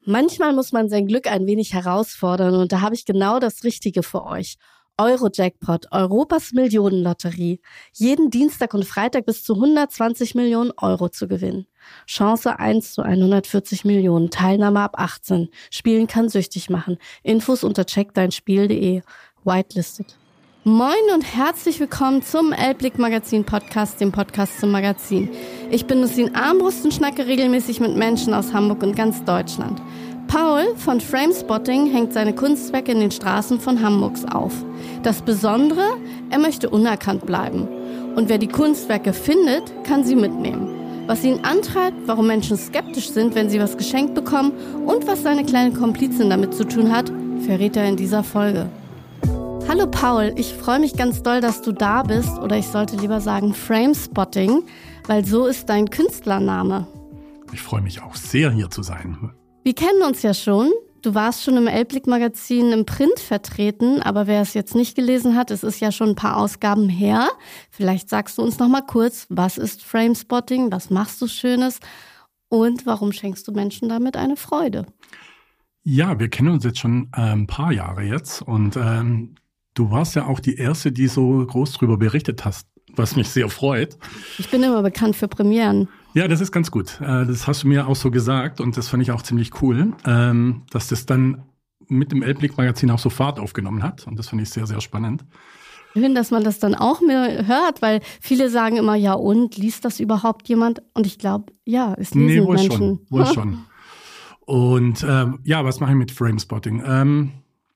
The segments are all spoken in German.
Manchmal muss man sein Glück ein wenig herausfordern und da habe ich genau das Richtige für euch. Euro-Jackpot, Europas Millionenlotterie. Jeden Dienstag und Freitag bis zu 120 Millionen Euro zu gewinnen. Chance 1 zu 140 Millionen, Teilnahme ab 18. Spielen kann süchtig machen. Infos unter checkdeinspiel.de. Whitelisted. Moin und herzlich willkommen zum Elbblick Magazin Podcast, dem Podcast zum Magazin. Ich bin Lucien Armbrust und schnacke regelmäßig mit Menschen aus Hamburg und ganz Deutschland. Paul von Framespotting hängt seine Kunstwerke in den Straßen von Hamburgs auf. Das Besondere, er möchte unerkannt bleiben. Und wer die Kunstwerke findet, kann sie mitnehmen. Was ihn antreibt, warum Menschen skeptisch sind, wenn sie was geschenkt bekommen und was seine kleine Komplizin damit zu tun hat, verrät er in dieser Folge. Hallo Paul, ich freue mich ganz doll, dass du da bist, oder ich sollte lieber sagen Framespotting, weil so ist dein Künstlername. Ich freue mich auch sehr, hier zu sein. Wir kennen uns ja schon. Du warst schon im Elbblick-Magazin im Print vertreten, aber wer es jetzt nicht gelesen hat, es ist ja schon ein paar Ausgaben her. Vielleicht sagst du uns noch mal kurz, was ist Framespotting, was machst du Schönes und warum schenkst du Menschen damit eine Freude? Ja, wir kennen uns jetzt schon ein paar Jahre jetzt und du warst ja auch die Erste, die so groß drüber berichtet hast, was mich sehr freut. Ich bin immer bekannt für Premieren. Ja, das ist ganz gut. Das hast du mir auch so gesagt und das fand ich auch ziemlich cool, dass das dann mit dem Elbblick-Magazin auch so Fahrt aufgenommen hat und das fand ich sehr, sehr spannend. Schön, dass man das dann auch mehr hört, weil viele sagen immer, ja und, liest das überhaupt jemand? Und ich glaube, ja, es lesen Menschen. Wohl schon. Und was mache ich mit Framespotting?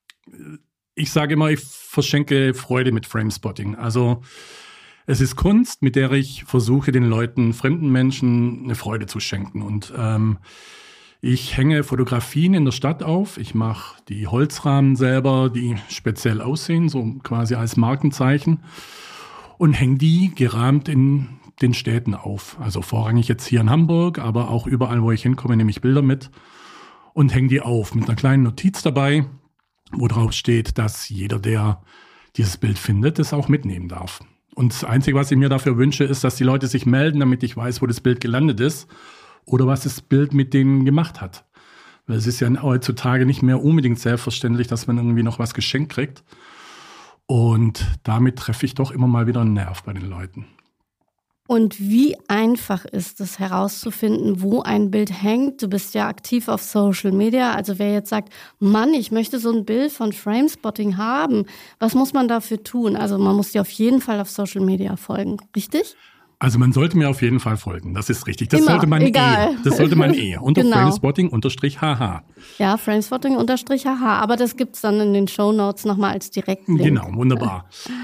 Ich sage immer, ich verschenke Freude mit Framespotting. Also es ist Kunst, mit der ich versuche, den Leuten, fremden Menschen eine Freude zu schenken. Und ich hänge Fotografien in der Stadt auf. Ich mache die Holzrahmen selber, die speziell aussehen, so quasi als Markenzeichen. Und hänge die gerahmt in den Städten auf. Also vorrangig jetzt hier in Hamburg, aber auch überall, wo ich hinkomme, nehme ich Bilder mit und hänge die auf mit einer kleinen Notiz dabei, wo drauf steht, dass jeder, der dieses Bild findet, es auch mitnehmen darf. Und das Einzige, was ich mir dafür wünsche, ist, dass die Leute sich melden, damit ich weiß, wo das Bild gelandet ist oder was das Bild mit denen gemacht hat. Weil es ist ja heutzutage nicht mehr unbedingt selbstverständlich, dass man irgendwie noch was geschenkt kriegt. Und damit treffe ich doch immer mal wieder einen Nerv bei den Leuten. Und wie einfach ist es herauszufinden, wo ein Bild hängt? Du bist ja aktiv auf Social Media. Also wer jetzt sagt, Mann, ich möchte so ein Bild von Framespotting haben, was muss man dafür tun? Also man muss dir auf jeden Fall auf Social Media folgen, richtig? Also man sollte mir auf jeden Fall folgen, das ist richtig. Das immer, sollte man egal. Das sollte man unter genau. Framespotting_hh. Ja, Framespotting_hh, aber das gibt's dann in den Shownotes nochmal als Direktlink. Genau, wunderbar.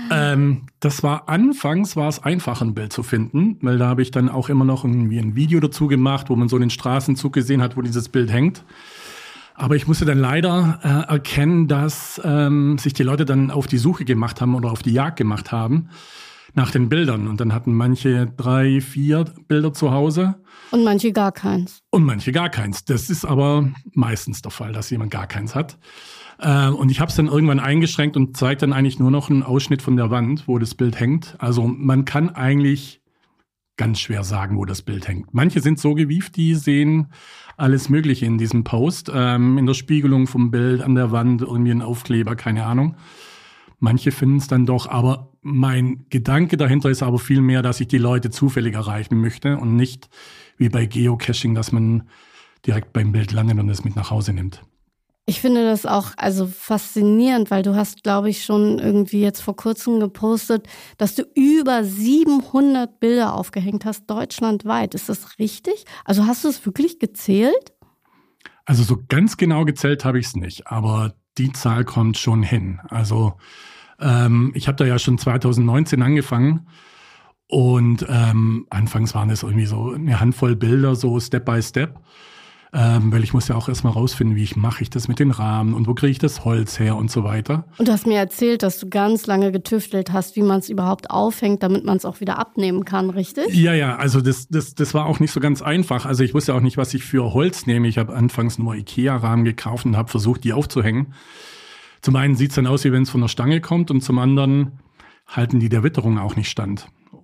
Anfangs war es einfach, ein Bild zu finden, weil da habe ich dann auch immer noch irgendwie ein Video dazu gemacht, wo man so den Straßenzug gesehen hat, wo dieses Bild hängt. Aber ich musste dann leider erkennen, dass sich die Leute dann auf die Suche gemacht haben oder auf die Jagd gemacht haben nach den Bildern. Und dann hatten manche 3, 4 Bilder zu Hause. Und manche gar keins. Das ist aber meistens der Fall, dass jemand gar keins hat. Und ich habe es dann irgendwann eingeschränkt und zeige dann eigentlich nur noch einen Ausschnitt von der Wand, wo das Bild hängt. Also man kann eigentlich ganz schwer sagen, wo das Bild hängt. Manche sind so gewieft, die sehen alles Mögliche in diesem Post. In der Spiegelung vom Bild, an der Wand, irgendwie ein Aufkleber, keine Ahnung. Manche finden es dann doch, aber mein Gedanke dahinter ist aber viel mehr, dass ich die Leute zufällig erreichen möchte und nicht wie bei Geocaching, dass man direkt beim Bild landet und es mit nach Hause nimmt. Ich finde das auch faszinierend, weil du hast, glaube ich, schon irgendwie jetzt vor kurzem gepostet, dass du über 700 Bilder aufgehängt hast, deutschlandweit. Ist das richtig? Also hast du es wirklich gezählt? Also so ganz genau gezählt habe ich es nicht, aber die Zahl kommt schon hin. Also ich habe da ja schon 2019 angefangen und anfangs waren es irgendwie so eine Handvoll Bilder, so Step by Step. Weil ich muss ja auch erstmal rausfinden, wie mache ich das mit den Rahmen und wo kriege ich das Holz her und so weiter. Und du hast mir erzählt, dass du ganz lange getüftelt hast, wie man es überhaupt aufhängt, damit man es auch wieder abnehmen kann, richtig? Ja, also das war auch nicht so ganz einfach. Also ich wusste auch nicht, was ich für Holz nehme. Ich habe anfangs nur Ikea-Rahmen gekauft und habe versucht, die aufzuhängen. Zum einen sieht es dann aus, wie wenn es von der Stange kommt und zum anderen halten die der Witterung auch nicht stand.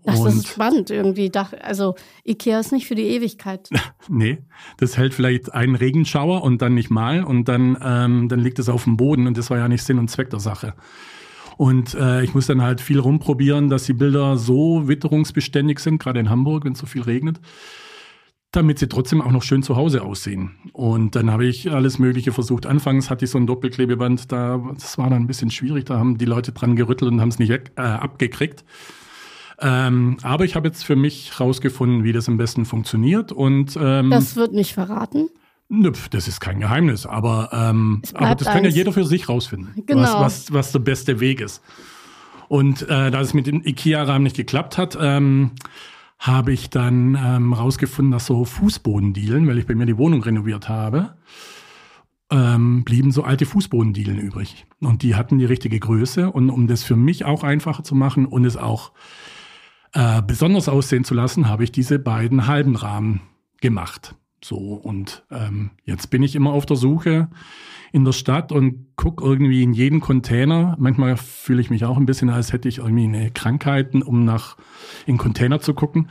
Das ist spannend irgendwie. Also Ikea ist nicht für die Ewigkeit. Nee, das hält vielleicht einen Regenschauer und dann nicht mal und dann liegt es auf dem Boden und das war ja nicht Sinn und Zweck der Sache. Und ich muss dann halt viel rumprobieren, dass die Bilder so witterungsbeständig sind, gerade in Hamburg, wenn es so viel regnet, damit sie trotzdem auch noch schön zu Hause aussehen. Und dann habe ich alles Mögliche versucht. Anfangs hatte ich so ein Doppelklebeband, das war dann ein bisschen schwierig, da haben die Leute dran gerüttelt und haben es nicht abgekriegt. Aber ich habe jetzt für mich rausgefunden, wie das am besten funktioniert. Und das wird nicht verraten? Nö, das ist kein Geheimnis, aber das kann ja jeder für sich rausfinden, genau. was der beste Weg ist. Und da es mit dem IKEA-Rahmen nicht geklappt hat, habe ich dann rausgefunden, dass so Fußbodendielen, weil ich bei mir die Wohnung renoviert habe, blieben so alte Fußbodendielen übrig. Und die hatten die richtige Größe. Und um das für mich auch einfacher zu machen und es auch besonders aussehen zu lassen, habe ich diese beiden halben Rahmen gemacht. So, und jetzt bin ich immer auf der Suche in der Stadt und gucke irgendwie in jeden Container. Manchmal fühle ich mich auch ein bisschen, als hätte ich irgendwie eine Krankheit, um in Container zu gucken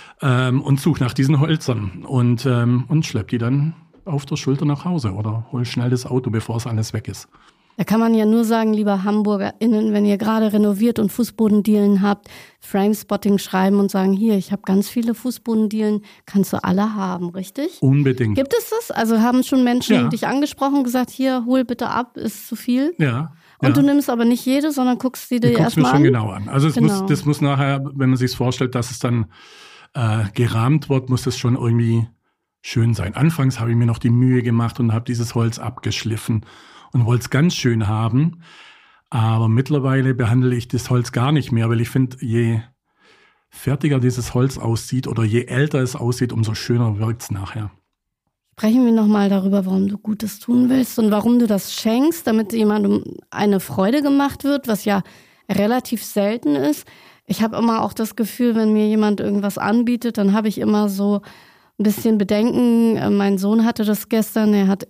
und suche nach diesen Hölzern und schleppe die dann auf der Schulter nach Hause oder hol schnell das Auto, bevor es alles weg ist. Da kann man ja nur sagen, liebe HamburgerInnen, wenn ihr gerade renoviert und Fußbodendielen habt, Framespotting schreiben und sagen, hier, ich habe ganz viele Fußbodendielen, kannst du alle haben, richtig? Unbedingt. Gibt es das? Also haben schon Menschen dich angesprochen, gesagt, hier, hol bitte ab, ist zu viel? Ja. Und du nimmst aber nicht jede, sondern guckst sie dir erstmal an? Ich guck's mir schon genau an. Also das muss nachher, wenn man sich vorstellt, dass es dann gerahmt wird, muss es schon irgendwie schön sein. Anfangs habe ich mir noch die Mühe gemacht und habe dieses Holz abgeschliffen und wollte es ganz schön haben. Aber mittlerweile behandle ich das Holz gar nicht mehr, weil ich finde, je fertiger dieses Holz aussieht oder je älter es aussieht, umso schöner wirkt es nachher. Sprechen wir nochmal darüber, warum du Gutes tun willst und warum du das schenkst, damit jemandem eine Freude gemacht wird, was ja relativ selten ist. Ich habe immer auch das Gefühl, wenn mir jemand irgendwas anbietet, dann habe ich immer so ein bisschen Bedenken. Mein Sohn hatte das gestern, er hat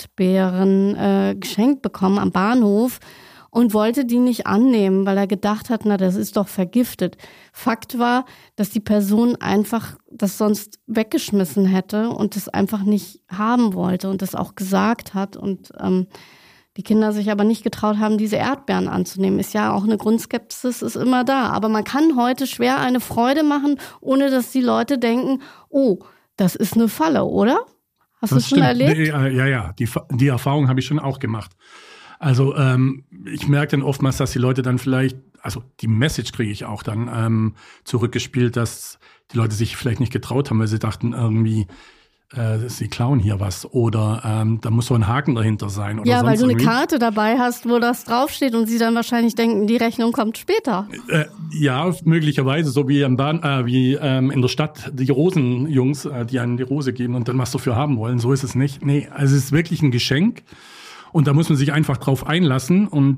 Erdbeeren geschenkt bekommen am Bahnhof und wollte die nicht annehmen, weil er gedacht hat, na, das ist doch vergiftet. Fakt war, dass die Person einfach das sonst weggeschmissen hätte und das einfach nicht haben wollte und das auch gesagt hat und die Kinder sich aber nicht getraut haben, diese Erdbeeren anzunehmen. Ist ja auch eine Grundskepsis, ist immer da. Aber man kann heute schwer eine Freude machen, ohne dass die Leute denken, oh, das ist eine Falle, oder? Hast du es schon erlebt? Ja. Die Erfahrung habe ich schon auch gemacht. Also ich merke dann oftmals, dass die Leute dann vielleicht, also die Message kriege ich auch dann zurückgespielt, dass die Leute sich vielleicht nicht getraut haben, weil sie dachten irgendwie, sie klauen hier was oder da muss so ein Haken dahinter sein. Oder ja, weil du eine irgendwie. Karte dabei hast, wo das draufsteht und sie dann wahrscheinlich denken, die Rechnung kommt später. Ja, möglicherweise, so wie in der Stadt die Rosenjungs, die einen die Rose geben und dann was dafür haben wollen. So ist es nicht. Nee, also es ist wirklich ein Geschenk und da muss man sich einfach drauf einlassen und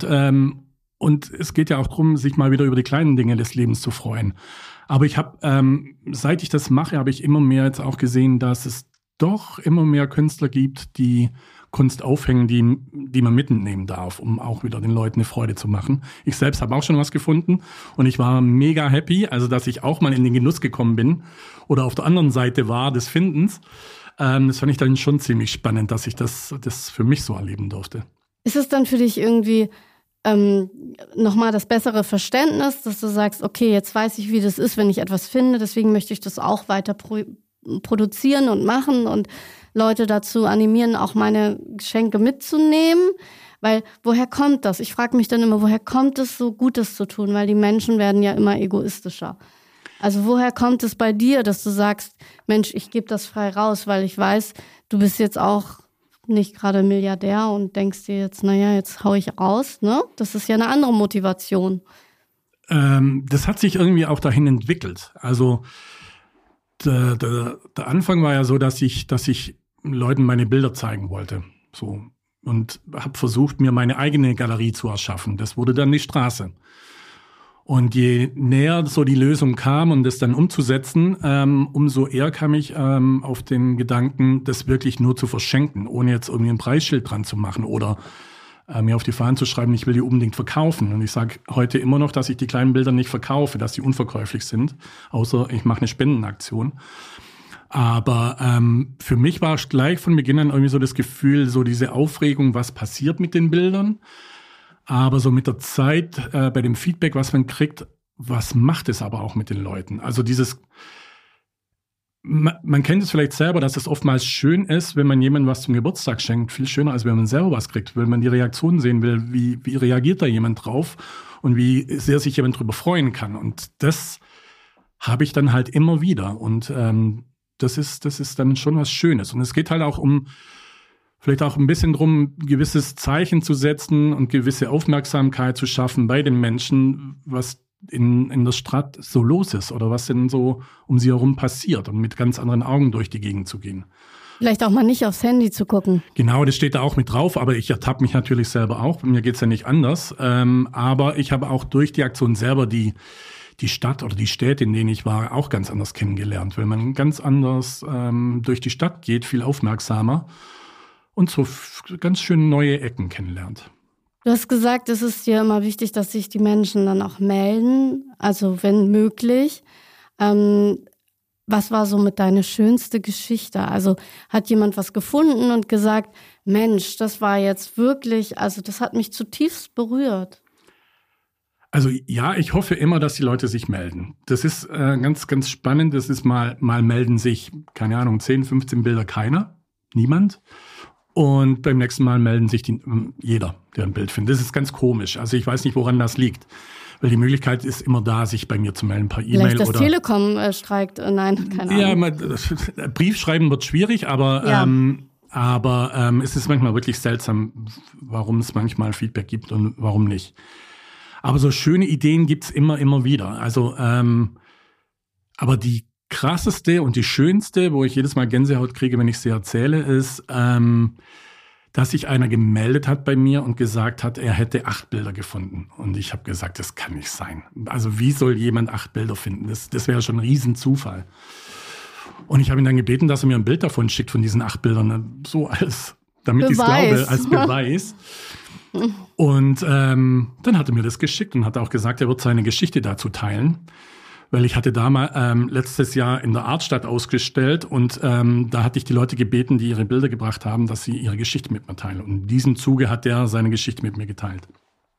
es geht ja auch darum, sich mal wieder über die kleinen Dinge des Lebens zu freuen. Aber ich habe, seit ich das mache, habe ich immer mehr jetzt auch gesehen, dass es doch immer mehr Künstler gibt, die Kunst aufhängen, die man mitnehmen darf, um auch wieder den Leuten eine Freude zu machen. Ich selbst habe auch schon was gefunden und ich war mega happy, also dass ich auch mal in den Genuss gekommen bin oder auf der anderen Seite war des Findens. Das fand ich dann schon ziemlich spannend, dass ich das für mich so erleben durfte. Ist es dann für dich irgendwie nochmal das bessere Verständnis, dass du sagst, okay, jetzt weiß ich, wie das ist, wenn ich etwas finde, deswegen möchte ich das auch weiter produzieren und machen und Leute dazu animieren, auch meine Geschenke mitzunehmen, weil woher kommt das? Ich frage mich dann immer, woher kommt es, so Gutes zu tun, weil die Menschen werden ja immer egoistischer. Also woher kommt es bei dir, dass du sagst, Mensch, ich gebe das frei raus, weil ich weiß, du bist jetzt auch nicht gerade Milliardär und denkst dir jetzt, naja, jetzt hau ich raus, ne? Das ist ja eine andere Motivation. Das hat sich irgendwie auch dahin entwickelt. Also der Anfang war ja so, dass ich Leuten meine Bilder zeigen wollte. So. Und habe versucht, mir meine eigene Galerie zu erschaffen. Das wurde dann die Straße. Und je näher so die Lösung kam und das dann umzusetzen, umso eher kam ich auf den Gedanken, das wirklich nur zu verschenken, ohne jetzt irgendwie ein Preisschild dran zu machen oder mir auf die Fahnen zu schreiben, ich will die unbedingt verkaufen. Und ich sage heute immer noch, dass ich die kleinen Bilder nicht verkaufe, dass sie unverkäuflich sind, außer ich mache eine Spendenaktion. Aber für mich war gleich von Beginn an irgendwie so das Gefühl, so diese Aufregung, was passiert mit den Bildern. Aber so mit der Zeit, bei dem Feedback, was man kriegt, was macht es aber auch mit den Leuten? Also man kennt es vielleicht selber, dass es oftmals schön ist, wenn man jemandem was zum Geburtstag schenkt. Viel schöner, als wenn man selber was kriegt, weil man die Reaktion sehen will. Wie reagiert da jemand drauf und wie sehr sich jemand drüber freuen kann. Und das habe ich dann halt immer wieder. Und das ist dann schon was Schönes. Und es geht halt auch vielleicht auch ein bisschen drum, ein gewisses Zeichen zu setzen und gewisse Aufmerksamkeit zu schaffen bei den Menschen, was in der Stadt so los ist oder was denn so um sie herum passiert und mit ganz anderen Augen durch die Gegend zu gehen. Vielleicht auch mal nicht aufs Handy zu gucken. Genau, das steht da auch mit drauf, aber ich ertappe mich natürlich selber auch. Bei mir geht's ja nicht anders. Aber ich habe auch durch die Aktion selber die Stadt oder die Städte, in denen ich war, auch ganz anders kennengelernt, weil man ganz anders durch die Stadt geht, viel aufmerksamer und so ganz schön neue Ecken kennenlernt. Du hast gesagt, es ist dir immer wichtig, dass sich die Menschen dann auch melden, also wenn möglich. Was war so mit deiner schönste Geschichte? Also hat jemand was gefunden und gesagt, Mensch, das war jetzt wirklich, also das hat mich zutiefst berührt. Also ja, ich hoffe immer, dass die Leute sich melden. Das ist ganz, ganz spannend. Das ist mal melden sich, keine Ahnung, 10, 15 Bilder keiner, niemand. Und beim nächsten Mal melden sich jeder, der ein Bild findet. Das ist ganz komisch. Also ich weiß nicht, woran das liegt. Weil die Möglichkeit ist immer da, sich bei mir zu melden per E-Mail. Vielleicht das Telekom streikt. Nein, keine Ahnung. Ja, Briefschreiben wird schwierig, aber es ist manchmal wirklich seltsam, warum es manchmal Feedback gibt und warum nicht. Aber so schöne Ideen gibt's immer wieder. Also, aber die krasseste und die schönste, wo ich jedes Mal Gänsehaut kriege, wenn ich sie erzähle, ist, dass sich einer gemeldet hat bei mir und gesagt hat, er hätte 8 Bilder gefunden. Und ich habe gesagt, das kann nicht sein. Also wie soll jemand 8 Bilder finden? Das wäre schon ein Riesenzufall. Und ich habe ihn dann gebeten, dass er mir ein Bild davon schickt, von diesen 8 Bildern, so damit ich es glaube, als Beweis. Und dann hat er mir das geschickt und hat auch gesagt, er wird seine Geschichte dazu teilen. Weil ich hatte da mal letztes Jahr in der Artstadt ausgestellt und da hatte ich die Leute gebeten, die ihre Bilder gebracht haben, dass sie ihre Geschichte mit mir teilen. Und in diesem Zuge hat er seine Geschichte mit mir geteilt.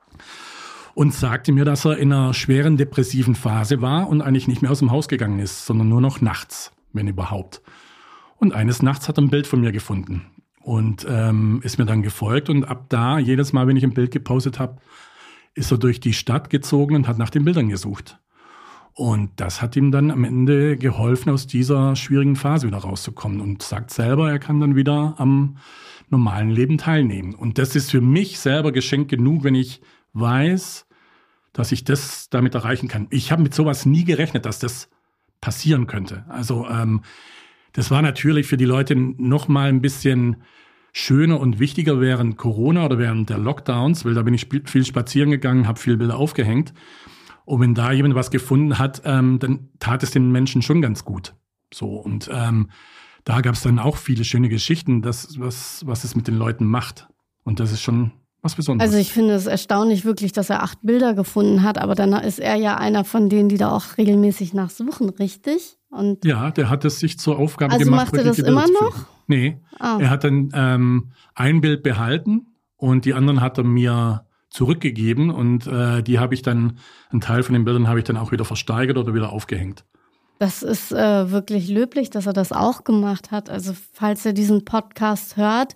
Und sagte mir, dass er in einer schweren depressiven Phase war und eigentlich nicht mehr aus dem Haus gegangen ist, sondern nur noch nachts, wenn überhaupt. Und eines Nachts hat er ein Bild von mir gefunden und ist mir dann gefolgt. Und ab da, jedes Mal, wenn ich ein Bild gepostet habe, ist er durch die Stadt gezogen und hat nach den Bildern gesucht. Und das hat ihm dann am Ende geholfen, aus dieser schwierigen Phase wieder rauszukommen und sagt selber, er kann dann wieder am normalen Leben teilnehmen. Und das ist für mich selber Geschenk genug, wenn ich weiß, dass ich das damit erreichen kann. Ich habe mit sowas nie gerechnet, dass das passieren könnte. Also das war natürlich für die Leute noch mal ein bisschen schöner und wichtiger während Corona oder während der Lockdowns, weil da bin ich viel spazieren gegangen, habe viele Bilder aufgehängt. Und wenn da jemand was gefunden hat, dann tat es den Menschen schon ganz gut. So, und da gab es dann auch viele schöne Geschichten, was es mit den Leuten macht. Und das ist schon was Besonderes. Also ich finde es erstaunlich wirklich, dass er 8 Bilder gefunden hat, aber dann ist er ja einer von denen, die da auch regelmäßig nachsuchen, richtig? Und ja, der hat es sich zur Aufgabe gemacht. Also macht er das immer noch? Nee, Er hat dann ein Bild behalten und die anderen hat er mir zurückgegeben und die habe ich dann, einen Teil von den Bildern habe ich dann auch wieder versteigert oder wieder aufgehängt. Das ist wirklich löblich, dass er das auch gemacht hat. Also falls ihr diesen Podcast hört,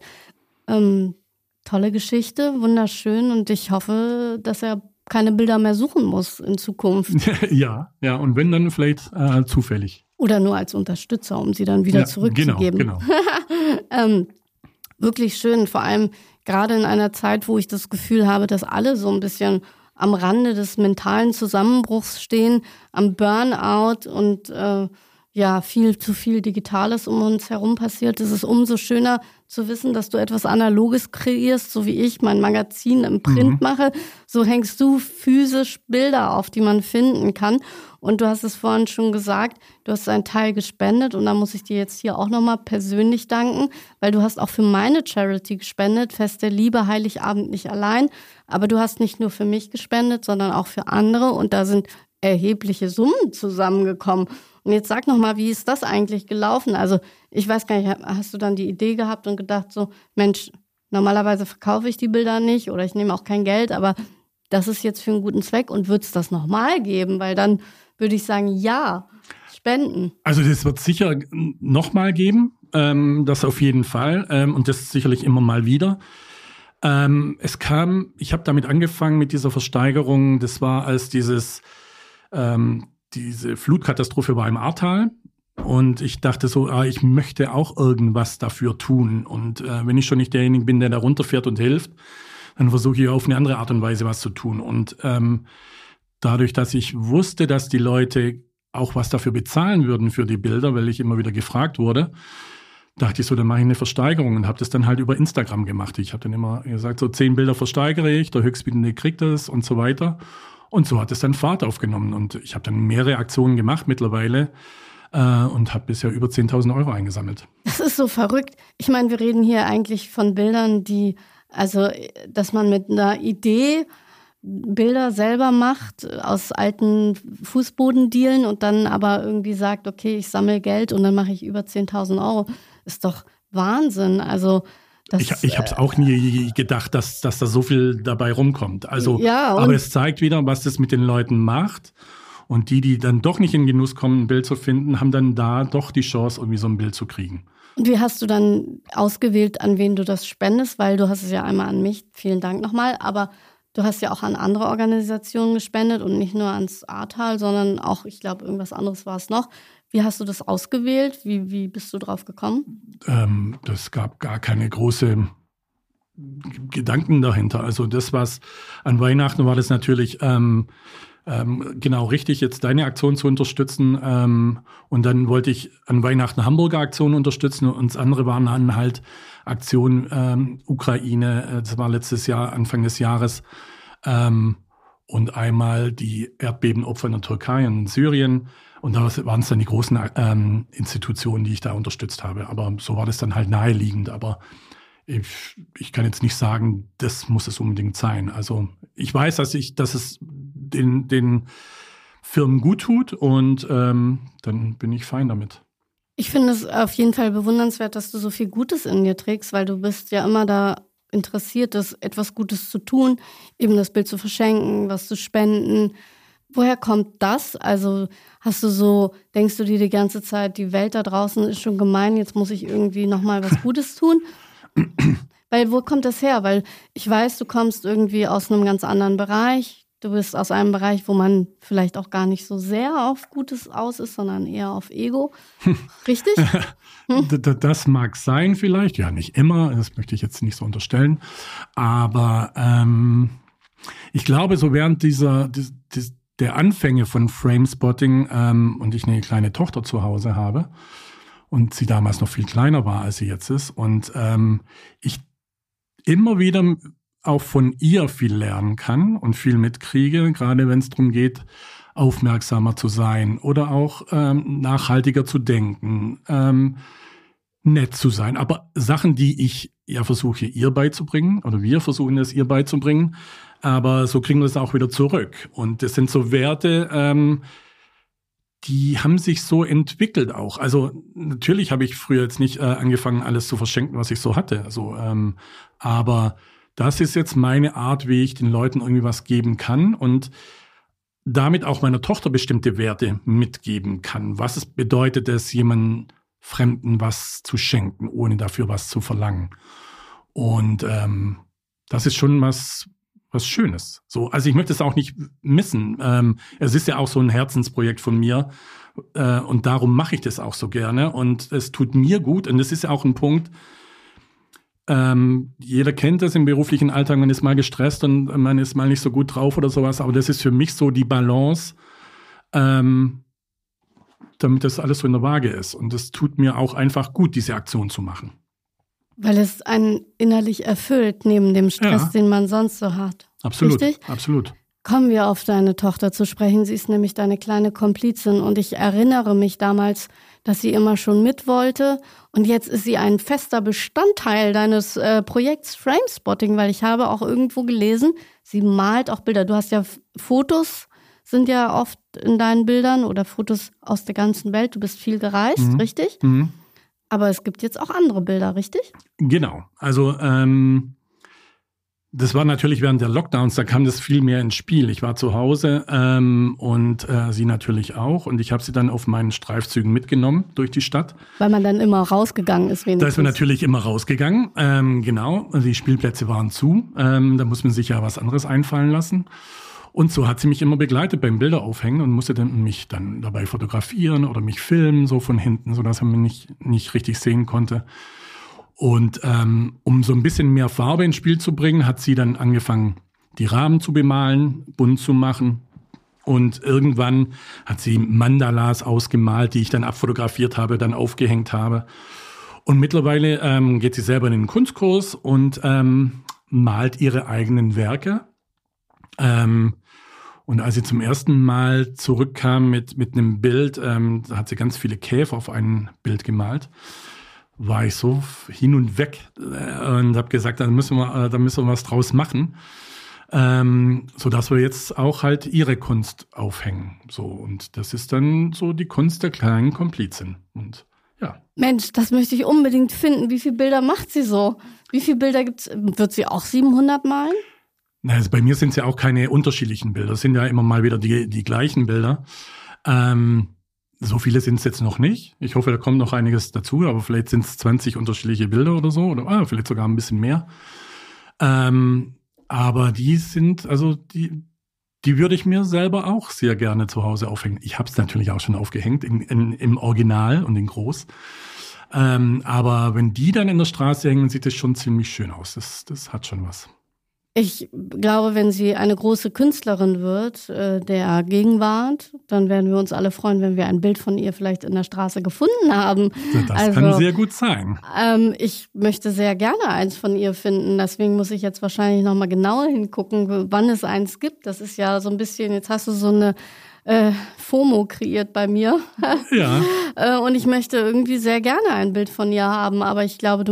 tolle Geschichte, wunderschön und ich hoffe, dass er keine Bilder mehr suchen muss in Zukunft. Ja, und wenn dann vielleicht zufällig. Oder nur als Unterstützer, um sie dann wieder zurückzugeben. Genau. Wirklich schön, vor allem gerade in einer Zeit, wo ich das Gefühl habe, dass alle so ein bisschen am Rande des mentalen Zusammenbruchs stehen, am Burnout und ja viel zu viel Digitales um uns herum passiert, ist es umso schöner zu wissen, dass du etwas Analoges kreierst, so wie ich mein Magazin im Print mache. So hängst du physisch Bilder auf, die man finden kann. Und du hast es vorhin schon gesagt, du hast einen Teil gespendet und da muss ich dir jetzt hier auch nochmal persönlich danken, weil du hast auch für meine Charity gespendet, Fest der Liebe, Heiligabend nicht allein. Aber du hast nicht nur für mich gespendet, sondern auch für andere und da sind erhebliche Summen zusammengekommen. Und jetzt sag nochmal, wie ist das eigentlich gelaufen? Also ich weiß gar nicht, hast du dann die Idee gehabt und gedacht so, Mensch, normalerweise verkaufe ich die Bilder nicht oder ich nehme auch kein Geld, aber das ist jetzt für einen guten Zweck und wird es das nochmal geben? Weil dann würde ich sagen, ja, spenden. Also das wird sicher nochmal geben, das auf jeden Fall und das sicherlich immer mal wieder. Ich habe damit angefangen mit dieser Versteigerung, das war als diese Flutkatastrophe war im Ahrtal und ich dachte so, ich möchte auch irgendwas dafür tun und wenn ich schon nicht derjenige bin, der da runterfährt und hilft, dann versuche ich auf eine andere Art und Weise was zu tun und dadurch, dass ich wusste, dass die Leute auch was dafür bezahlen würden für die Bilder, weil ich immer wieder gefragt wurde, dachte ich so, dann mache ich eine Versteigerung und habe das dann halt über Instagram gemacht. Ich habe dann immer gesagt, so 10 Bilder versteigere ich, der Höchstbietende kriegt das und so weiter. Und so hat es dann Fahrt aufgenommen. Und ich habe dann mehrere Aktionen gemacht mittlerweile und habe bisher über 10.000 Euro eingesammelt. Das ist so verrückt. Ich meine, wir reden hier eigentlich von Bildern, dass man mit einer Idee Bilder selber macht aus alten Fußbodendielen und dann aber irgendwie sagt, okay, ich sammle Geld und dann mache ich über 10.000 Euro. Ist doch Wahnsinn. Also ich habe es auch nie gedacht, dass da so viel dabei rumkommt. Also, ja, aber es zeigt wieder, was das mit den Leuten macht. Und die dann doch nicht in Genuss kommen, ein Bild zu finden, haben dann da doch die Chance, irgendwie so ein Bild zu kriegen. Und wie hast du dann ausgewählt, an wen du das spendest? Weil du hast es ja einmal an mich, vielen Dank nochmal, aber du hast ja auch an andere Organisationen gespendet und nicht nur ans Ahrtal, sondern auch, ich glaube, irgendwas anderes war es noch. Wie hast du das ausgewählt? Wie bist du drauf gekommen? Das gab gar keine große Gedanken dahinter. Also das, was an Weihnachten war, das natürlich genau richtig, jetzt deine Aktion zu unterstützen. Und dann wollte ich an Weihnachten Hamburger Aktionen unterstützen und das andere waren dann halt Aktionen Ukraine, das war letztes Jahr, Anfang des Jahres. Und einmal die Erdbebenopfer in der Türkei und in Syrien. Und da waren es dann die großen Institutionen, die ich da unterstützt habe. Aber so war das dann halt naheliegend. Aber ich kann jetzt nicht sagen, das muss es unbedingt sein. Also ich weiß, dass es den Firmen gut tut und dann bin ich fein damit. Ich finde es auf jeden Fall bewundernswert, dass du so viel Gutes in dir trägst, weil du bist ja immer da interessiert, etwas Gutes zu tun, eben das Bild zu verschenken, was zu spenden. Woher kommt das? Also denkst du dir die ganze Zeit, die Welt da draußen ist schon gemein, jetzt muss ich irgendwie nochmal was Gutes tun? Weil wo kommt das her? Weil ich weiß, du kommst irgendwie aus einem ganz anderen Bereich. Du bist aus einem Bereich, wo man vielleicht auch gar nicht so sehr auf Gutes aus ist, sondern eher auf Ego. Richtig? Das mag sein vielleicht, ja nicht immer, das möchte ich jetzt nicht so unterstellen. Aber ich glaube, so während der Anfänge von Framespotting und ich eine kleine Tochter zu Hause habe und sie damals noch viel kleiner war, als sie jetzt ist und ich immer wieder auch von ihr viel lernen kann und viel mitkriege, gerade wenn es darum geht, aufmerksamer zu sein oder auch nachhaltiger zu denken, nett zu sein. Aber Sachen, die ich ja versuche, ihr beizubringen oder wir versuchen es ihr beizubringen, aber so kriegen wir es auch wieder zurück. Und das sind so Werte, die haben sich so entwickelt auch. Also natürlich habe ich früher jetzt nicht angefangen, alles zu verschenken, was ich so hatte. Also, aber das ist jetzt meine Art, wie ich den Leuten irgendwie was geben kann und damit auch meiner Tochter bestimmte Werte mitgeben kann. Was es bedeutet es, jemandem Fremden was zu schenken, ohne dafür was zu verlangen. Und das ist schon was Schönes. So, also ich möchte es auch nicht missen. Es ist ja auch so ein Herzensprojekt von mir und darum mache ich das auch so gerne und es tut mir gut und das ist ja auch ein Punkt, jeder kennt das im beruflichen Alltag, man ist mal gestresst und man ist mal nicht so gut drauf oder sowas, aber das ist für mich so die Balance, damit das alles so in der Waage ist. Und das tut mir auch einfach gut, diese Aktion zu machen. Weil es einen innerlich erfüllt, neben dem Stress, den man sonst so hat. Absolut, richtig? Absolut. Kommen wir auf deine Tochter zu sprechen. Sie ist nämlich deine kleine Komplizin und ich erinnere mich damals, dass sie immer schon mit wollte und jetzt ist sie ein fester Bestandteil deines Projekts Framespotting, weil ich habe auch irgendwo gelesen, sie malt auch Bilder. Du hast ja Fotos, sind ja oft in deinen Bildern oder Fotos aus der ganzen Welt. Du bist viel gereist, richtig? Mhm. Aber es gibt jetzt auch andere Bilder, richtig? Genau. Also das war natürlich während der Lockdowns, da kam das viel mehr ins Spiel. Ich war zu Hause und sie natürlich auch. Und ich habe sie dann auf meinen Streifzügen mitgenommen durch die Stadt. Weil man dann immer rausgegangen ist wenigstens. Da ist man natürlich immer rausgegangen, genau. Die Spielplätze waren zu. Da muss man sich ja was anderes einfallen lassen. Und so hat sie mich immer begleitet beim Bilderaufhängen und musste dann mich dann dabei fotografieren oder mich filmen, so von hinten, sodass man mich nicht richtig sehen konnte. Und um so ein bisschen mehr Farbe ins Spiel zu bringen, hat sie dann angefangen, die Rahmen zu bemalen, bunt zu machen. Und irgendwann hat sie Mandalas ausgemalt, die ich dann abfotografiert habe, dann aufgehängt habe. Und mittlerweile geht sie selber in den Kunstkurs und malt ihre eigenen Werke. Und als sie zum ersten Mal zurückkam mit einem Bild, da hat sie ganz viele Käfer auf ein Bild gemalt. War ich so hin und weg und habe gesagt, da müssen wir was draus machen, sodass wir jetzt auch halt ihre Kunst aufhängen. So, und das ist dann so die Kunst der kleinen Komplizin. Und ja. Mensch, das möchte ich unbedingt finden. Wie viele Bilder macht sie so? Wie viele Bilder gibt's? Wird sie auch 700 malen? Also bei mir sind es ja auch keine unterschiedlichen Bilder. Es sind ja immer mal wieder die gleichen Bilder. So viele sind es jetzt noch nicht. Ich hoffe, da kommt noch einiges dazu, aber vielleicht sind es 20 unterschiedliche Bilder oder so, oder vielleicht sogar ein bisschen mehr. Aber die sind, also die würde ich mir selber auch sehr gerne zu Hause aufhängen. Ich habe es natürlich auch schon aufgehängt, im Original und in groß. Aber wenn die dann in der Straße hängen, sieht das schon ziemlich schön aus. Das hat schon was. Ich glaube, wenn sie eine große Künstlerin wird, der Gegenwart, dann werden wir uns alle freuen, wenn wir ein Bild von ihr vielleicht in der Straße gefunden haben. Das kann sehr gut sein. Ich möchte sehr gerne eins von ihr finden. Deswegen muss ich jetzt wahrscheinlich nochmal genauer hingucken, wann es eins gibt. Das ist ja so ein bisschen, jetzt hast du so eine FOMO kreiert bei mir. Ja. Und ich möchte irgendwie sehr gerne ein Bild von ihr haben, aber ich glaube,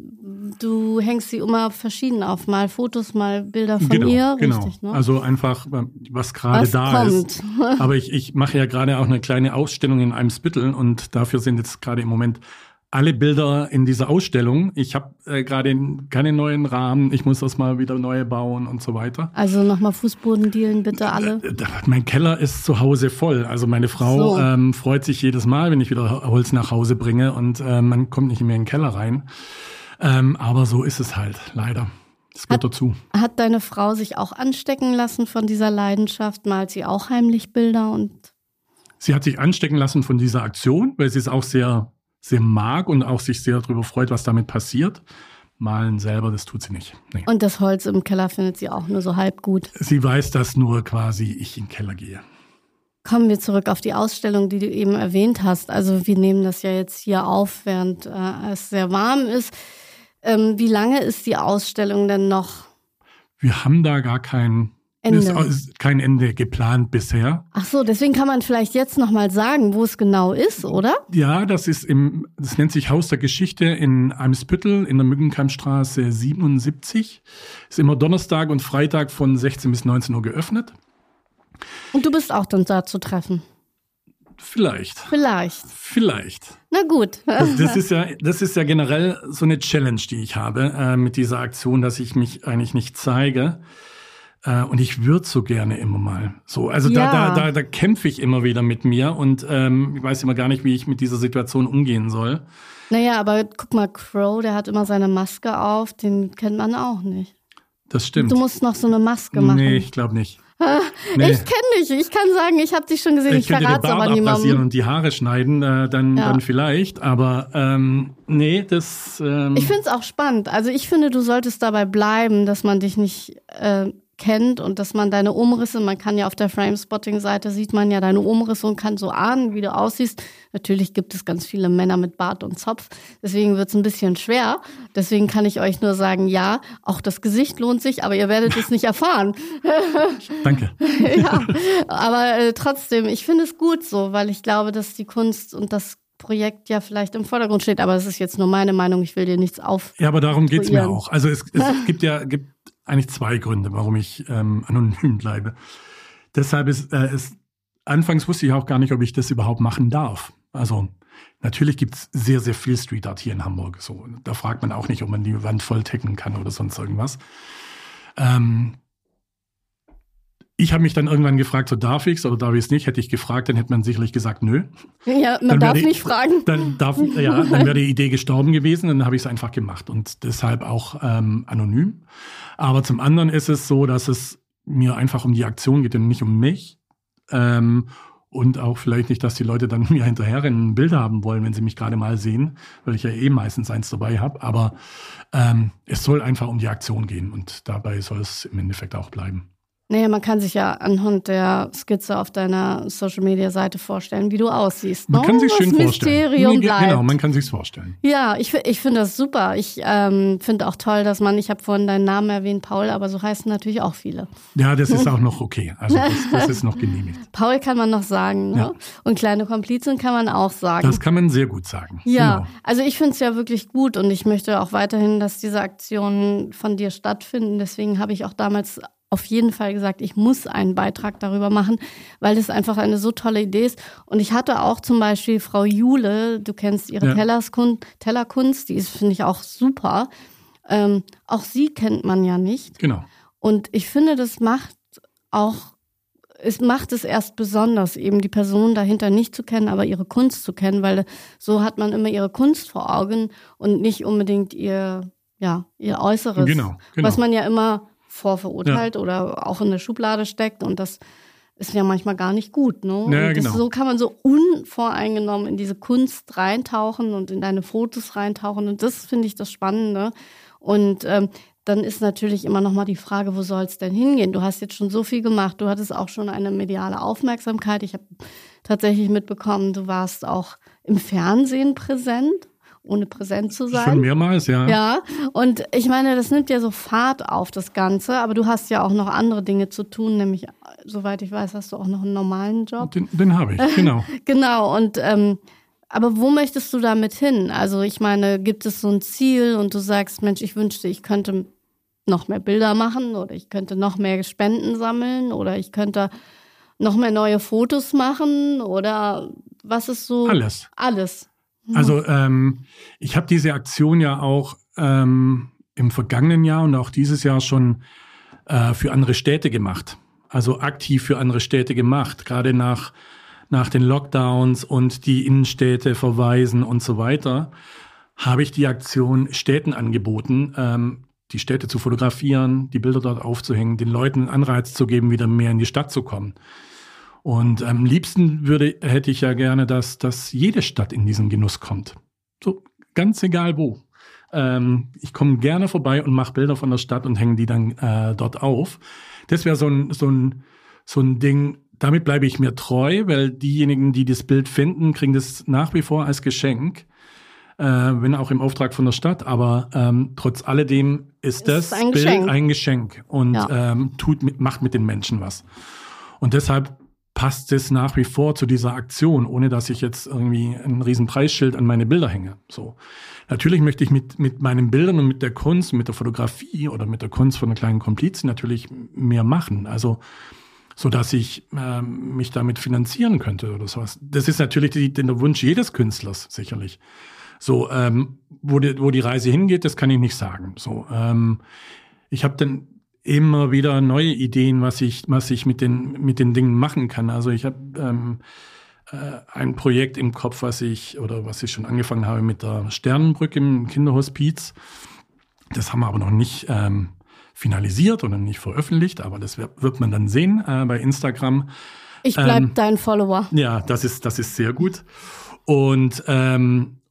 du hängst sie immer verschieden auf. Mal Fotos, mal Bilder von ihr. Genau. Richtig, ne? Also einfach, was gerade da kommt. ist. Aber ich mache ja gerade auch eine kleine Ausstellung in Eimsbüttel und dafür sind jetzt gerade im Moment alle Bilder in dieser Ausstellung. Ich habe gerade keine neuen Rahmen. Ich muss das mal wieder neu bauen und so weiter. Also nochmal Fußbodendielen bitte alle. Mein Keller ist zu Hause voll. Also meine Frau freut sich jedes Mal, wenn ich wieder Holz nach Hause bringe und man kommt nicht mehr in den Keller rein. Aber so ist es halt, leider. Das gehört dazu. Hat deine Frau sich auch anstecken lassen von dieser Leidenschaft? Malt sie auch heimlich Bilder? Sie hat sich anstecken lassen von dieser Aktion, weil sie es auch sehr, sehr mag und auch sich sehr darüber freut, was damit passiert. Malen selber, das tut sie nicht. Nee. Und das Holz im Keller findet sie auch nur so halb gut? Sie weiß, dass nur quasi ich in den Keller gehe. Kommen wir zurück auf die Ausstellung, die du eben erwähnt hast. Also wir nehmen das ja jetzt hier auf, während es sehr warm ist. Wie lange ist die Ausstellung denn noch? Wir haben da gar kein Ende geplant bisher. Ach so, deswegen kann man vielleicht jetzt noch mal sagen, wo es genau ist, oder? Ja, das nennt sich Haus der Geschichte in Eimsbüttel in der Mückenkammstraße 77. Ist immer Donnerstag und Freitag von 16 bis 19 Uhr geöffnet. Und du bist auch dann da zu treffen? Vielleicht. Na gut. Das ist ja generell so eine Challenge, die ich habe mit dieser Aktion, dass ich mich eigentlich nicht zeige. Und ich würde so gerne immer mal so. Also da kämpfe ich immer wieder mit mir und ich weiß immer gar nicht, wie ich mit dieser Situation umgehen soll. Naja, aber guck mal, Crow, der hat immer seine Maske auf, den kennt man auch nicht. Das stimmt. Du musst noch so eine Maske machen. Nee, ich glaube nicht. Nee. Ich kenne dich. Ich kann sagen, ich habe dich schon gesehen. Ich verrate es aber niemandem. Abrasieren und die Haare schneiden, dann vielleicht. Aber nee, das... Ich finde es auch spannend. Also ich finde, du solltest dabei bleiben, dass man dich nicht kennt und dass man deine Umrisse, man kann ja auf der Framespotting-Seite, sieht man ja deine Umrisse und kann so ahnen, wie du aussiehst. Natürlich gibt es ganz viele Männer mit Bart und Zopf, deswegen wird es ein bisschen schwer. Deswegen kann ich euch nur sagen, ja, auch das Gesicht lohnt sich, aber ihr werdet es nicht erfahren. Danke. Ja, aber trotzdem, ich finde es gut so, weil ich glaube, dass die Kunst und das Projekt ja vielleicht im Vordergrund steht, aber es ist jetzt nur meine Meinung, ich will dir nichts auf. Ja, aber darum geht's mir auch. Also es gibt eigentlich 2 Gründe, warum ich anonym bleibe. Deshalb anfangs wusste ich auch gar nicht, ob ich das überhaupt machen darf. Also natürlich gibt's sehr, sehr viel Street Art hier in Hamburg. So, da fragt man auch nicht, ob man die Wand voll tecken kann oder sonst irgendwas. Ich habe mich dann irgendwann gefragt, so darf ich's oder darf ich es nicht? Hätte ich gefragt, dann hätte man sicherlich gesagt, nö. Ja, man darf nicht fragen. Dann wäre die Idee gestorben gewesen, dann habe ich es einfach gemacht und deshalb auch anonym. Aber zum anderen ist es so, dass es mir einfach um die Aktion geht und nicht um mich. Und auch vielleicht nicht, dass die Leute dann mir hinterher ein Bild haben wollen, wenn sie mich gerade mal sehen, weil ich ja meistens eins dabei habe. Aber es soll einfach um die Aktion gehen und dabei soll es im Endeffekt auch bleiben. Naja, man kann sich ja anhand der Skizze auf deiner Social-Media-Seite vorstellen, wie du aussiehst. Man kann sich schön vorstellen. Mysterium bleibt. Genau, man kann sich's vorstellen. Ja, ich finde das super. Ich finde auch toll, dass ich habe vorhin deinen Namen erwähnt, Paul, aber so heißen natürlich auch viele. Ja, das ist auch noch okay. Also das ist noch genehmigt. Paul kann man noch sagen, ne? Ja. Und kleine Komplizin kann man auch sagen. Das kann man sehr gut sagen. Ja, genau. Also ich finde es ja wirklich gut und ich möchte auch weiterhin, dass diese Aktionen von dir stattfinden. Deswegen habe ich auch damals auf jeden Fall gesagt, ich muss einen Beitrag darüber machen, weil das einfach eine so tolle Idee ist. Und ich hatte auch zum Beispiel Frau Jule, du kennst ihre Tellerkunst, die ist, finde ich, auch super. Auch sie kennt man ja nicht. Genau. Und ich finde, es macht es erst besonders, eben die Person dahinter nicht zu kennen, aber ihre Kunst zu kennen, weil so hat man immer ihre Kunst vor Augen und nicht unbedingt ihr Äußeres. Genau. Was man ja immer vorverurteilt oder auch in eine Schublade steckt und das ist ja manchmal gar nicht gut. Ne? Ja, und genau. So kann man so unvoreingenommen in diese Kunst reintauchen und in deine Fotos reintauchen und das finde ich das Spannende. Und dann ist natürlich immer noch mal die Frage, wo soll es denn hingehen? Du hast jetzt schon so viel gemacht, du hattest auch schon eine mediale Aufmerksamkeit. Ich habe tatsächlich mitbekommen, du warst auch im Fernsehen präsent, ohne präsent zu sein. Schon mehrmals, ja. Ja, und ich meine, das nimmt ja so Fahrt auf, das Ganze. Aber du hast ja auch noch andere Dinge zu tun, nämlich, soweit ich weiß, hast du auch noch einen normalen Job. Den habe ich, genau. Genau, und aber wo möchtest du damit hin? Also ich meine, gibt es so ein Ziel und du sagst, Mensch, ich wünschte, ich könnte noch mehr Bilder machen oder ich könnte noch mehr Spenden sammeln oder ich könnte noch mehr neue Fotos machen oder was ist so? Alles. Also ich habe diese Aktion ja auch im vergangenen Jahr und auch dieses Jahr schon für andere Städte gemacht. Also aktiv für andere Städte gemacht, gerade nach den Lockdowns und die Innenstädte verweisen und so weiter, habe ich die Aktion Städten angeboten, die Städte zu fotografieren, die Bilder dort aufzuhängen, den Leuten einen Anreiz zu geben, wieder mehr in die Stadt zu kommen. Und am liebsten hätte ich ja gerne, dass jede Stadt in diesen Genuss kommt. So ganz egal wo. Ich komme gerne vorbei und mache Bilder von der Stadt und hänge die dann dort auf. Das wäre so ein Ding, damit bleibe ich mir treu, weil diejenigen, die das Bild finden, kriegen das nach wie vor als Geschenk. Wenn auch im Auftrag von der Stadt, aber trotz alledem ist das Bild ein Geschenk und macht mit den Menschen was. Und deshalb passt es nach wie vor zu dieser Aktion, ohne dass ich jetzt irgendwie ein riesen Preisschild an meine Bilder hänge. So. Natürlich möchte ich mit meinen Bildern und mit der Kunst, mit der Fotografie oder mit der Kunst von einer kleinen Komplizin natürlich mehr machen. Also so dass ich mich damit finanzieren könnte oder sowas. Das ist natürlich der Wunsch jedes Künstlers, sicherlich. So, wo die Reise hingeht, das kann ich nicht sagen. So, ich habe dann immer wieder neue Ideen, was ich mit den Dingen machen kann. Also ich habe ein Projekt im Kopf, was ich schon angefangen habe mit der Sternenbrücke im Kinderhospiz. Das haben wir aber noch nicht finalisiert oder nicht veröffentlicht, aber das wird man dann sehen bei Instagram.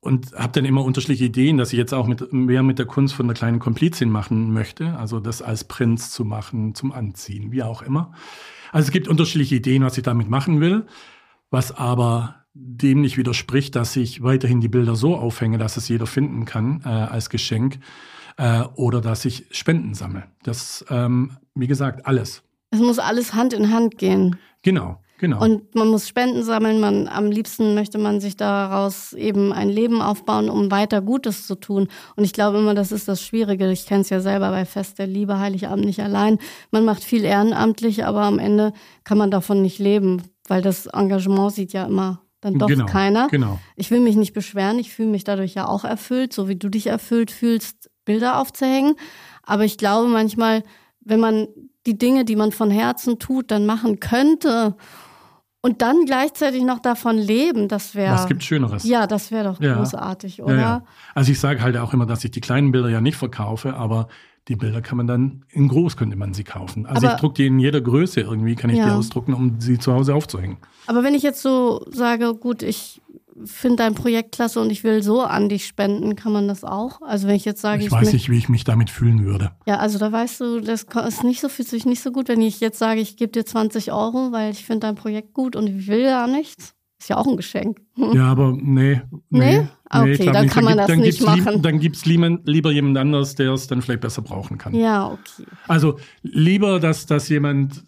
und habe dann immer unterschiedliche Ideen, dass ich jetzt auch mehr mit der Kunst von der kleinen Komplizin machen möchte, also das als Prinz zu machen, zum Anziehen, wie auch immer. Also es gibt unterschiedliche Ideen, was ich damit machen will, was aber dem nicht widerspricht, dass ich weiterhin die Bilder so aufhänge, dass es jeder finden kann als Geschenk oder dass ich Spenden sammle. Das, wie gesagt, alles. Es muss alles Hand in Hand gehen. Genau. Und man muss Spenden sammeln, am liebsten möchte man sich daraus eben ein Leben aufbauen, um weiter Gutes zu tun. Und ich glaube immer, das ist das Schwierige. Ich kenne es ja selber bei Fest der Liebe, Heiligabend nicht allein. Man macht viel ehrenamtlich, aber am Ende kann man davon nicht leben, weil das Engagement sieht ja immer dann doch keiner. Genau. Ich will mich nicht beschweren, ich fühle mich dadurch ja auch erfüllt, so wie du dich erfüllt fühlst, Bilder aufzuhängen. Aber ich glaube manchmal, wenn man die Dinge, die man von Herzen tut, dann machen könnte und dann gleichzeitig noch davon leben, das wäre... Was gibt Schöneres? Ja, das wäre doch großartig, oder? Ja. Also ich sage halt auch immer, dass ich die kleinen Bilder ja nicht verkaufe, aber die Bilder kann man dann, in groß könnte man sie kaufen. Also ich drucke die in jeder Größe irgendwie, kann ich die ausdrucken, um sie zu Hause aufzuhängen. Aber wenn ich jetzt so sage, gut, ich finde dein Projekt klasse und ich will so an dich spenden, kann man das auch? Also wenn ich jetzt sage... Ich weiß nicht, wie ich mich damit fühlen würde. Ja, also da weißt du, das ist nicht so, fühlt sich nicht so gut, wenn ich jetzt sage, ich gebe dir 20 €, weil ich finde dein Projekt gut und ich will ja nichts. Ist ja auch ein Geschenk. Ja, aber nee? Okay, dann kann man das nicht machen. Dann gibt's lieber jemand anders, der es dann vielleicht besser brauchen kann. Ja, okay. Also lieber, dass jemand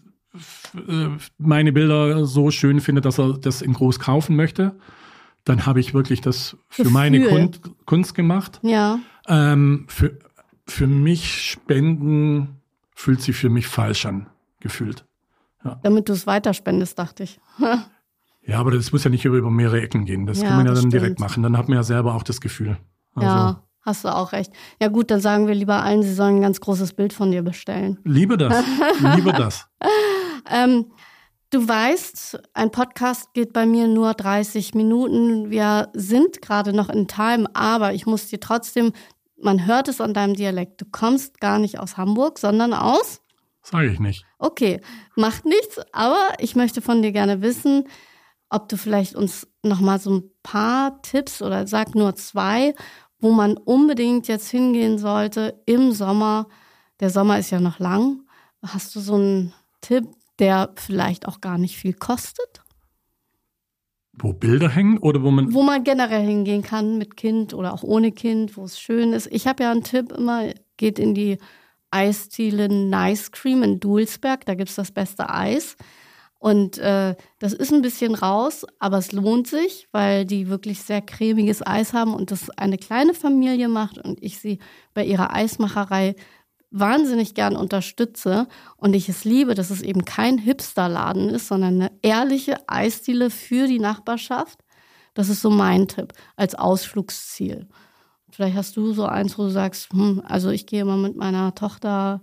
meine Bilder so schön findet, dass er das in groß kaufen möchte. Dann habe ich wirklich das für meine Kunst gemacht. Ja. Für mich Spenden fühlt sich für mich falsch an, gefühlt. Ja. Damit du es weiterspendest, dachte ich. Ja, aber das muss ja nicht über mehrere Ecken gehen. Das kann man ja dann direkt machen. Dann hat man ja selber auch das Gefühl. Also, ja, hast du auch recht. Ja gut, dann sagen wir lieber allen, sie sollen ein ganz großes Bild von dir bestellen. Lieber das. Du weißt, ein Podcast geht bei mir nur 30 Minuten. Wir sind gerade noch in Time, aber ich muss dir trotzdem, man hört es an deinem Dialekt, du kommst gar nicht aus Hamburg, sondern aus? Sage ich nicht. Okay, macht nichts, aber ich möchte von dir gerne wissen, ob du vielleicht uns nochmal so ein paar Tipps oder sag nur 2, wo man unbedingt jetzt hingehen sollte im Sommer. Der Sommer ist ja noch lang. Hast du so einen Tipp, der vielleicht auch gar nicht viel kostet? Wo Bilder hängen oder wo man... Wo man generell hingehen kann mit Kind oder auch ohne Kind, wo es schön ist. Ich habe ja einen Tipp immer, geht in die Eisdiele Nice Cream in Dulsberg, da gibt es das beste Eis. Und das ist ein bisschen raus, aber es lohnt sich, weil die wirklich sehr cremiges Eis haben und das eine kleine Familie macht und ich sie bei ihrer Eismacherei wahnsinnig gern unterstütze und ich es liebe, dass es eben kein Hipsterladen ist, sondern eine ehrliche Eisdiele für die Nachbarschaft. Das ist so mein Tipp als Ausflugsziel. Vielleicht hast du so eins, wo du sagst, also ich gehe mal mit meiner Tochter,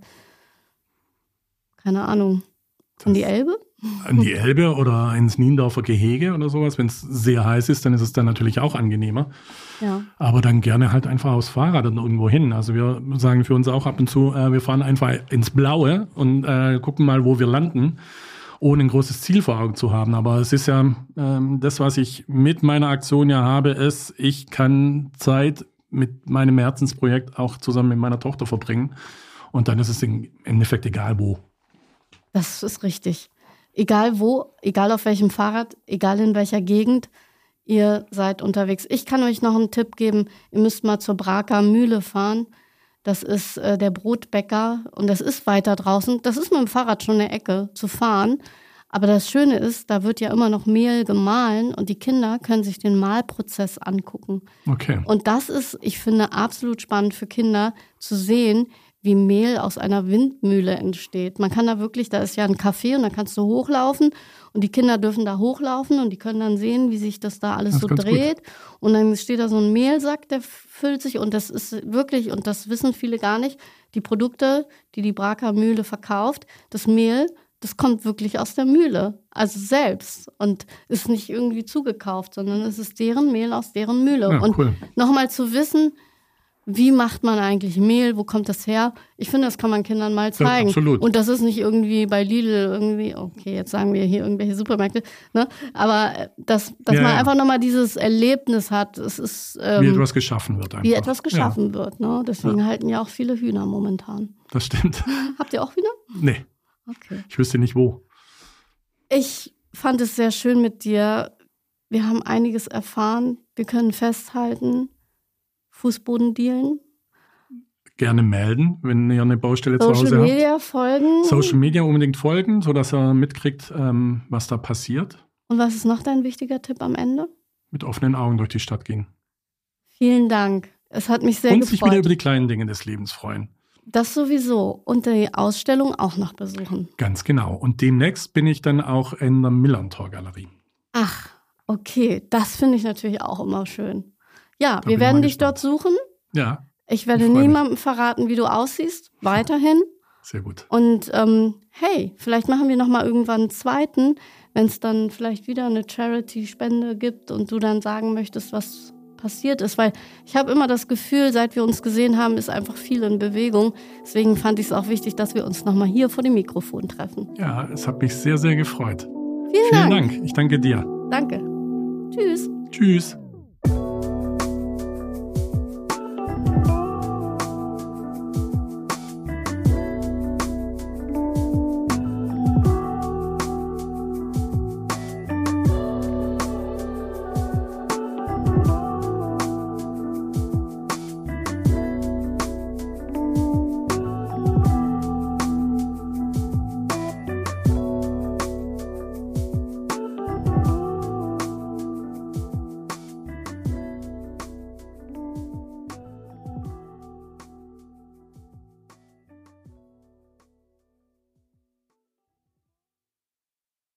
keine Ahnung, an die Elbe? An die Elbe oder ins Niendorfer Gehege oder sowas. Wenn es sehr heiß ist, dann ist es dann natürlich auch angenehmer. Ja. Aber dann gerne halt einfach aufs Fahrrad dann irgendwo hin. Also wir sagen für uns auch ab und zu, wir fahren einfach ins Blaue und gucken mal, wo wir landen, ohne ein großes Ziel vor Augen zu haben. Aber es ist ja das, was ich mit meiner Aktion ja habe, ist, ich kann Zeit mit meinem Herzensprojekt auch zusammen mit meiner Tochter verbringen. Und dann ist es im Endeffekt egal wo. Das ist richtig. Egal wo, egal auf welchem Fahrrad, egal in welcher Gegend, ihr seid unterwegs. Ich kann euch noch einen Tipp geben, ihr müsst mal zur Braker Mühle fahren. Das ist der Brotbäcker und das ist weiter draußen. Das ist mit dem Fahrrad schon eine Ecke zu fahren. Aber das Schöne ist, da wird ja immer noch Mehl gemahlen und die Kinder können sich den Mahlprozess angucken. Okay. Und das ist, ich finde, absolut spannend für Kinder zu sehen, wie Mehl aus einer Windmühle entsteht. Man kann da wirklich, da ist ja ein Café und da kannst du hochlaufen und die Kinder dürfen da hochlaufen und die können dann sehen, wie sich das da alles so dreht. Gut. Und dann steht da so ein Mehlsack, der füllt sich und das ist wirklich, und das wissen viele gar nicht, die Produkte, die die Braker Mühle verkauft, das Mehl, das kommt wirklich aus der Mühle, also selbst und ist nicht irgendwie zugekauft, sondern es ist deren Mehl aus deren Mühle. Ja, und cool. Nochmal zu wissen, wie macht man eigentlich Mehl, wo kommt das her? Ich finde, das kann man Kindern mal zeigen. Ja, absolut. Und das ist nicht irgendwie bei Lidl irgendwie, okay, jetzt sagen wir hier irgendwelche Supermärkte, ne? Aber dass man einfach nochmal dieses Erlebnis hat, es ist wie etwas geschaffen wird einfach. Wie etwas geschaffen wird, ne? Deswegen halten ja auch viele Hühner momentan. Das stimmt. Habt ihr auch Hühner? Nee. Okay. Ich wüsste nicht wo. Ich fand es sehr schön mit dir. Wir haben einiges erfahren. Wir können festhalten, Fußbodendealen. Gerne melden, wenn ihr eine Baustelle zu Hause habt. Social Media folgen. Social Media unbedingt folgen, sodass ihr mitkriegt, was da passiert. Und was ist noch dein wichtiger Tipp am Ende? Mit offenen Augen durch die Stadt gehen. Vielen Dank. Es hat mich sehr Und gefreut. sich wieder über die kleinen Dinge des Lebens freuen. Das sowieso. Und die Ausstellung auch noch besuchen. Ganz genau. Und demnächst bin ich dann auch in der Millantor-Galerie. Ach, okay. Das finde ich natürlich auch immer schön. Ja, Da wir bin werden ich mal dich dort gespannt. suchen. Ja, Ich werde Ich freu mich. niemandem verraten, wie du aussiehst. Weiterhin. sehr gut. Und hey, vielleicht machen wir nochmal irgendwann einen zweiten, wenn es dann vielleicht wieder eine Charity-Spende gibt und du dann sagen möchtest, was passiert ist. Weil ich habe immer das Gefühl, seit wir uns gesehen haben, ist einfach viel in Bewegung. Deswegen fand ich es auch wichtig, dass wir uns nochmal hier vor dem Mikrofon treffen. Ja, es hat mich sehr, sehr gefreut. Vielen Vielen Dank. Ich danke dir. Danke. Tschüss. Tschüss.